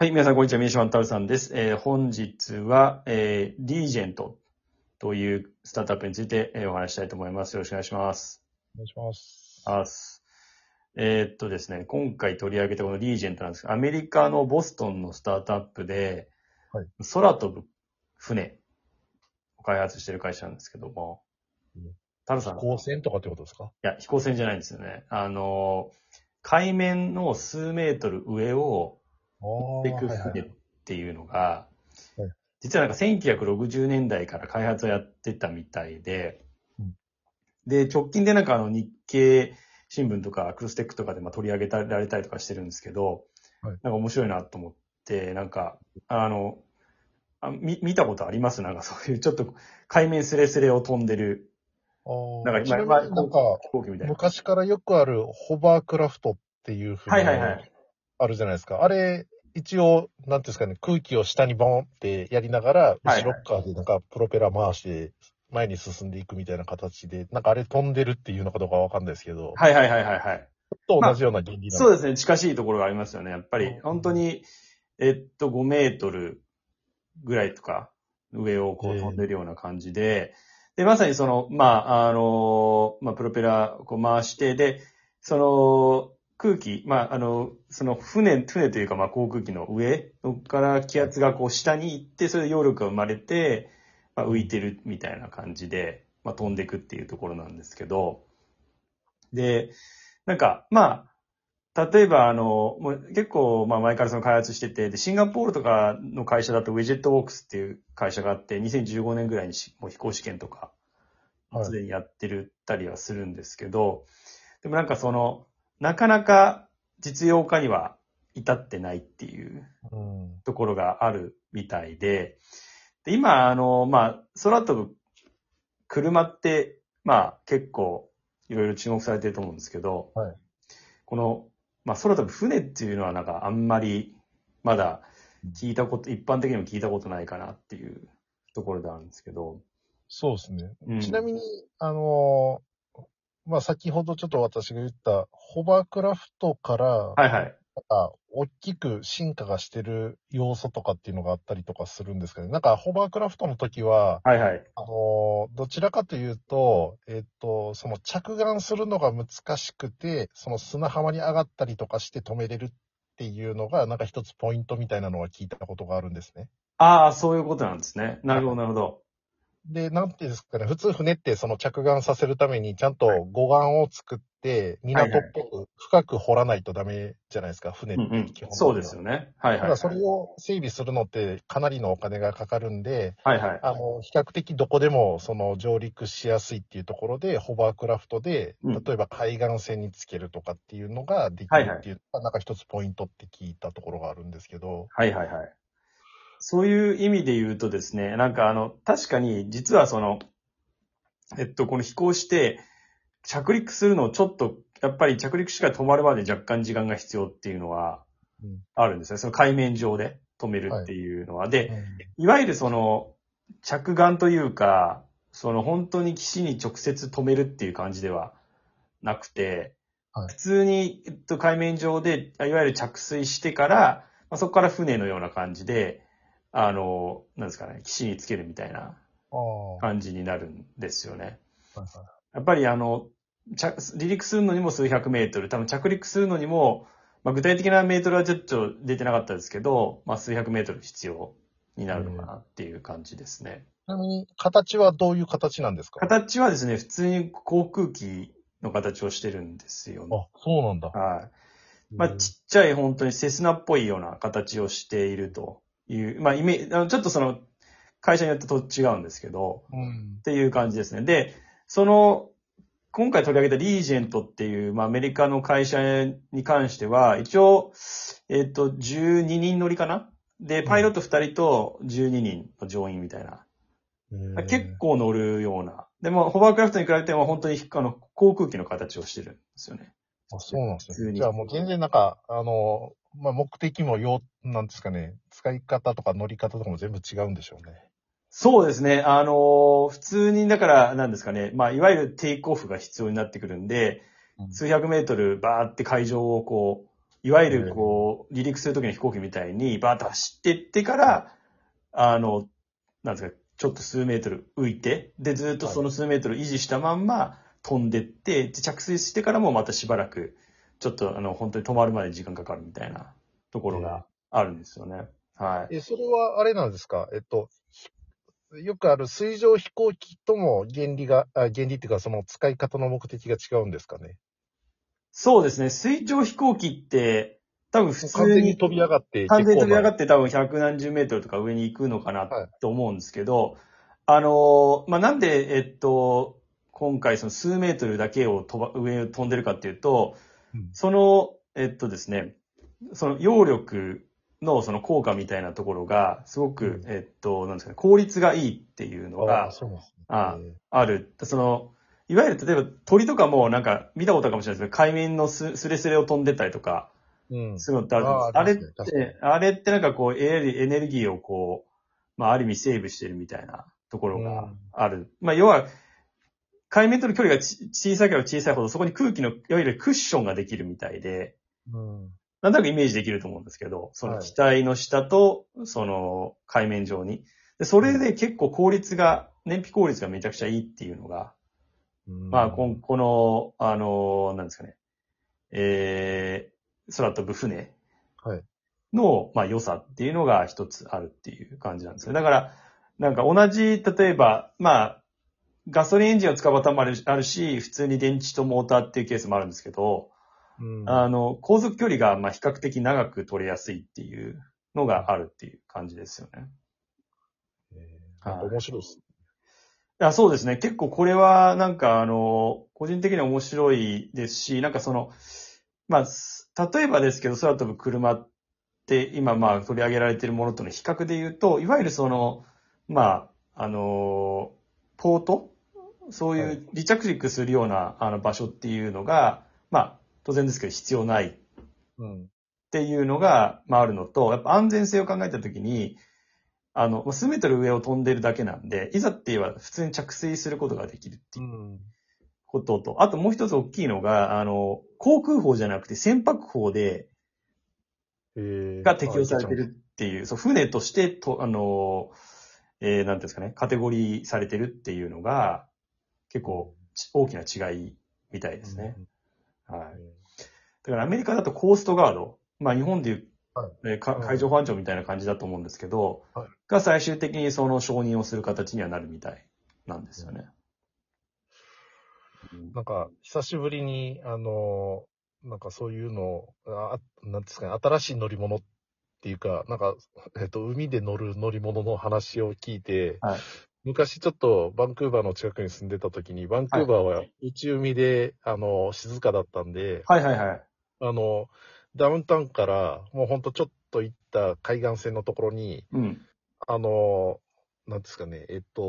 はい、皆さん、こんにちは。ミニシマンタルさんです。本日は、リージェントというスタートアップについて、お話ししたいと思います。よろしくお願いします。 お願いします。 ですね、今回取り上げたこのリージェントなんですが、アメリカのボストンのスタートアップで、 はい。 空飛ぶ船を開発している会社なんですけども、タルさん、い飛行船とかってことですか？ や、飛行船じゃないんですよね。海面の数メートル上をああ、 飛んでいくはいはい。 船っていうのが、 はい。 実はなんか1960年代から開発をやってたみたいで、 うん。 で、直近でなんか日経新聞とかクロステックとかで取り上げられたりとかしてるんですけど、 はい。 なんか面白いなと思って、なんか、あの、見たことありますなんかそういうちょっと海面スレスレを飛んでる、なああ、 んか今、 ちなみになんか、 飛行機みたいな。 昔からよくあるホバークラフトっていうふうはいはいはにい。 あるじゃないですか。あれ、一応、なんていうんですかね、空気を下にボンってやりながら、後ろはいはい。 側でなんかプロペラ回して前に進んでいくみたいな形で、なんかあれ飛んでるっていうのかどうかわかんないですけど、 はいはいはいはいはい。まあ、 と同じような原理なんですか？ そうですね。近しいところがありますよね。やっぱり、本当に、5メートルぐらいとか、上をこう飛んでるような感じで、で、まさにその、プロペラをこう回して、で、その空気、その船というか、航空機の上から気圧がこう下に行って、それで揚力が生まれて、浮いてるみたいな感じで、飛んでいくっていうところなんですけど、で、なんか、例えば、もう結構、前からその開発してて、で、シンガポールとかの会社だと、ウィジェットウォークスっていう会社があって、2015年ぐらいにもう飛行試験とか、もうはい。 すでにやってるたりはするんですけど、でもなんかその、なかなか実用化には至ってないっていううん。 ところがあるみたいで、で、今、空飛ぶ車って、結構、いろいろ注目されてると思うんですけど、 はい。 この、空飛ぶ船っていうのはなんかあんまりまだ聞いたこと、一般的にも聞いたことないかなっていうところであるんですけど。 そうですね。 うん。 ちなみに、先ほどちょっと私が言った、ホバークラフトから、 はいはい。 大きく進化がしてる要素とかっていうのがあったりとかするんですかね。なんか、ホバークラフトの時は、 はいはい。 どちらかというと、その着岸するのが難しくて、その砂浜に上がったりとかして止めれるっていうのが、なんか一つポイントみたいなのは聞いたことがあるんですね。 ああ、そういうことなんですね。なるほど、 はい。 なるほど。 で、なんていうんですかね、普通船ってその着岸させるためにちゃんと護岸を作って、港っはいはい。 ぽく深く掘らないとダメじゃないですか、船ってうんうん。そうで基本的には。 すよね。はいはいはい。 ただそれを整備するのってかなりのお金がかかるんで、 はいはい。 比較的どこでもその上陸しやすいっていうところで、ホバークラフトで、 うん。 例えば海岸線につけるとかっていうのができはいはい。 るっていうのが、なんか一つポイントって聞いたところがあるんですけど、 はいはいはい。そういう意味で言うとですね、なんか確かに実はその、この飛行して着陸するのをちょっと、やっぱり着陸しか止まるまで若干時間が必要っていうのはうん。 あるんですね。その海面上で止めるはい。 っていうのは。で、 うん。 いわゆるその着岸というか、その本当に岸に直接止めるっていう感じではなくて、 はい。 普通に、海面上で、いわゆる着水してから、そこから船のような感じで、なんですかね、岸につけるみたいなああ、は感じになるんですよね。 いはやっぱり離陸するのにも数百メートル、多分着陸するのにも、具体的なメートルはちょっと出てなかったですけど、数百メートル必要にない。 るのかなっていう感じですね。 ちなみに、形はどういう形なんですか？ 形はですね、普通に航空機の形をしてるんですよね。 あ、そうなんだ。 はい。 へえ。 ちっちゃい本当にセスナっぽいような形をしているという、ちょっとその会社によってと違うんですけど、 うん。 っていう感じですね。で、その、今回取り上げたリージェントっていう、アメリカの会社に関しては、一応、12人乗りかなで、 うん。 パイロット2人と12人の乗員みたいな。 へ結え。 構乗るような。でも、ホバークラフトに比べても本当に航空機の形をしてるんですよね。 あ、そうなんですね。 普通に。 じゃあもう全然なんか、目的もなんですかね、使い方とか乗り方とかも全部違うんでしょうね。 そうですね。普通に、だから、なんですかね。いわゆるテイクオフが必要になってくるんで、 うん。 数百メートルバーって海上をこう、 いわゆるこう、離陸するときの飛行機みたいに、バーッと走っていってから、なんですか、ちょっと数メートル浮いて、で、ずっとその数メートル維持したまんま飛んでって、で着水してからもまたしばらく、ちょっと本当に止まるまで時間かかるみたいなところがあるんですよね。はい。 それはあれなんですか？よくある水上飛行機とも原理っていうかその使い方の目的が違うんですかね？ そうですね。水上飛行機って、多分普完通に、 全に飛び上がって完全に飛び上がな。 って多分百何十メートルとか上に行くのかなはい。 と思うんですけど、まあ、なんで、今回その数メートルだけを上を飛んでるかっていうと、 うん。 その、ですね、その揚力のその効果みたいなところが、すごく、 うん。 なんですかね、効率がいいっていうのああ、 が、 そうなんですあ、 ね。 ある。いわゆる例えば鳥とかもなんか見たことあるかもしれないですけど、海面のスレスレを飛んでたりとか、 うん。 するのってあると思うんです。 ああ、ありあれっますね。確かに。 て、あれってなんかこう、エネルギーをこう、まあある意味セーブしてるみたいなところがうん。 ある。まあ要は、海面との距離が小さければ小さいほど、そこに空気の、いわゆるクッションができるみたいで、 うん。 なんとなくイメージできると思うんですけど、そのはい。 機体の下と、その海面上に。でそれで結構燃費効率がめちゃくちゃいいっていうのが、 うまあ、 ん。 この、なんですかね、空飛ぶ船はい。 の、まあ、良さっていうのが一つあるっていう感じなんですよ。だから、なんか同じ、例えば、まあ、ガソリンエンジンを使うパターンもあるし、普通に電池とモーターっていうケースもあるんですけど、 うん。 航続距離が、まあ、比較的長く取れやすいっていうのがあるっていう感じですよね。 なんかはい。 面白いです。 そうですね。結構これは、なんか個人的には面白いですし、なんかまあ、例えばですけど、空飛ぶ車って今まあ取り上げられているものとの比較で言うと、いわゆるまあ、ポートそうはい。 いう離着陸するような場所っていうのが、まあ、当然ですけど必要ないっうん。 ていうのが、まああるのと、やっぱ安全性を考えたときに、数メートル上を飛んでるだけなんで、いざって言えば普通に着水することができるっていううん。 ことと、あともう一つ大きいのが、航空法じゃなくて船舶法が適用いけちゃうんです。 されてるっていう、そう、船としてと、なんていうんですかね、カテゴリーされてるっていうのが、結構大きな違いみたいですね。 うん。 はい。だからアメリカだとコーストガード、まあ日本でいうはい。 海上保安庁みたいな感じだと思うんですけど、 はい。 が最終的にその承認をする形にはなるみたいなんですよね。 なんか、久しぶりに、なんかそういうのを、なんですかね、新しい乗り物っていうか、なんか、海で乗る乗り物の話を聞いて、 はい。 昔ちょっとバンクーバーの近くに住んでた時に、バンはい。 クーバーは内海で、静かだったんで、 はいはいはい。 あの、ダウンタウンからもうほんとちょっと行った海岸線のところに、 うん。 あの、なんですかね、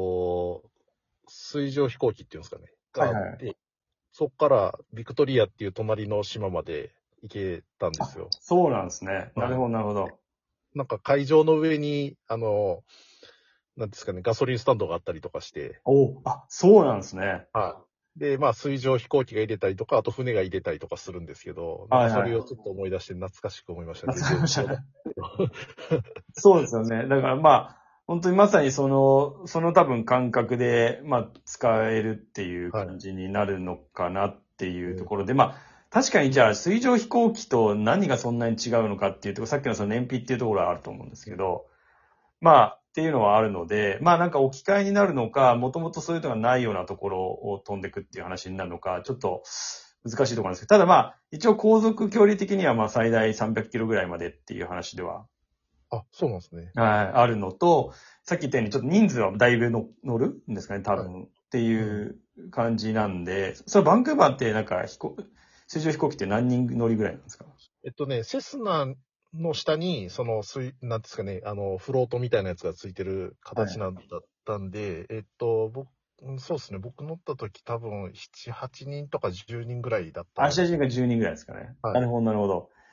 水上飛行機っていうんですかね、がはいはい。 あって、そっからビクトリアっていう隣の島まで行けたんですよ。 そうなんですね。なるはい。 ほど、なるほど。 なんか会場の上に、なんですかね、ガソリンスタンドがあったりとかして、 そうなんですね。 はい。で、まあ水上飛行機が入れたりとか、あと船が入れたりとかするんですけど、なんかそはいはい。 れをちょっと思い出して懐かしく思いましたね。 わかりましたね。 けどそうですよね。だからまあ、本当にまさにその多分感覚で、まあ、使えるっていうはい。 感じになるのかなっていうところで、まあ、確かにじゃあ水上飛行機と何がそんなに違うのかっていうと、さっきのその燃費っていうところはあると思うんですけど、まあ、っていうのはあるので、まあなんか置き換えになるのか、もともとそういうのがないようなところを飛んでいくっていう話になるのか、ちょっと難しいところなんですけど、ただまあ、一応航続距離的にはまあ最大300キロぐらいまでっていう話では、 あ、そうなんですね。 はい、あるのと、さっき言ったようにちょっと人数はだいぶ乗るんですかね、多はい。 分。ってうん。 いう感じなんで、それバンクーバーってなんか水上飛行機って何人乗りぐらいなんですか？ セスナの下に、なんですかね、フロートみたいなやつがついてるはい。 形なんだったんで、そうですね、僕乗った時多分7、8人とか10人ぐらいだったんアジア人がですけど、 10人ぐらいですかね。 はい。 なるほど、なるほど。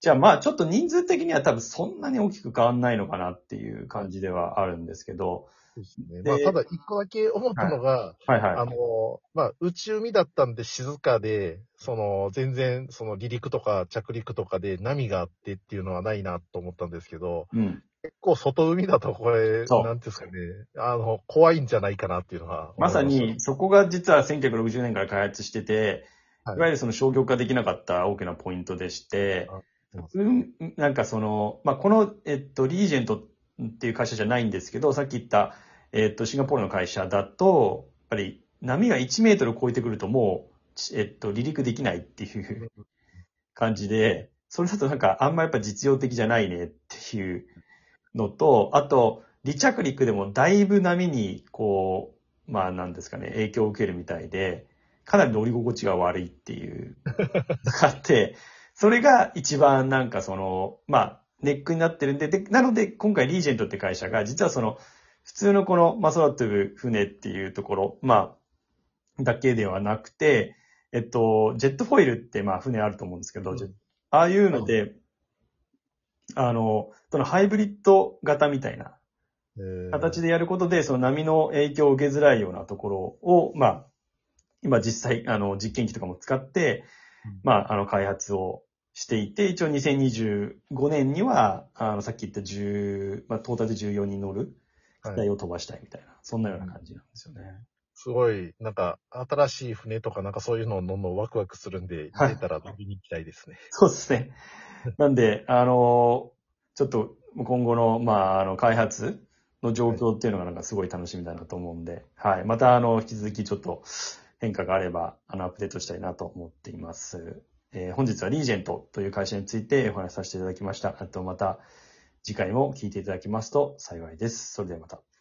じゃあまあちょっと人数的には多分そんなに大きく変わんないのかなっていう感じではあるんですけど。 ですね。 でまあ、ただ一個だけ思ったのが、 はいはい。 まあ、内海だったんで静かで、全然、離陸とか着陸とかで波があってっていうのはないなと思ったんですけど、 うん。 結構外海だとこれ、 そう。 なんていうんですかね、怖いんじゃないかなっていうのはま思いました。 さにそこが実は1960年から開発してて、 はい。 いわゆるその商業化できなかった大きなポイントでして、 あ、そうなんですね。 なんかまあ、この、リージェントっていう会社じゃないんですけど、さっき言った、シンガポールの会社だと、やっぱり波が1メートル超えてくるともう、離陸できないっていう感じで、それだとなんかあんまやっぱ実用的じゃないねっていうのと、あと、離着陸でもだいぶ波に、こう、まあなんですかね、影響を受けるみたいで、かなり乗り心地が悪いっていうのがあって、それが一番なんかまあ、ネックになってるんで、なので今回リージェントって会社が、実は普通のこの空飛ぶ船っていうところ、まあ、だけではなくて、ジェットフォイルってまあ船あると思うんですけど、ああいうはい。 ので、そのハイブリッド型みたいな形でやることで、その波の影響を受けづらいようなところを、まあ、今実際、実験機とかも使って、 うん、 まあ、開発をしていて、一応2025年には、さっき言ったまあ、トータルで14人乗る機はい。 体を飛ばしたいみたいな、そんなような感じなんですよね。 すごい、なんか、新しい船とかなんかそういうのをどんどんワクワクするんで、見はい。 れたら乗りに行きたいですね。 そうですね。なんで、ちょっと今後の、まあ、開発の状はい。 況っていうのがなんかすごい楽しみだなと思うんで、はい。また、引き続きちょっと変化があれば、アップデートしたいなと思っています。本日はリージェントという会社についてお話しさせていただきました。あとまた次回も聞いていただきますと幸いです。それではまた。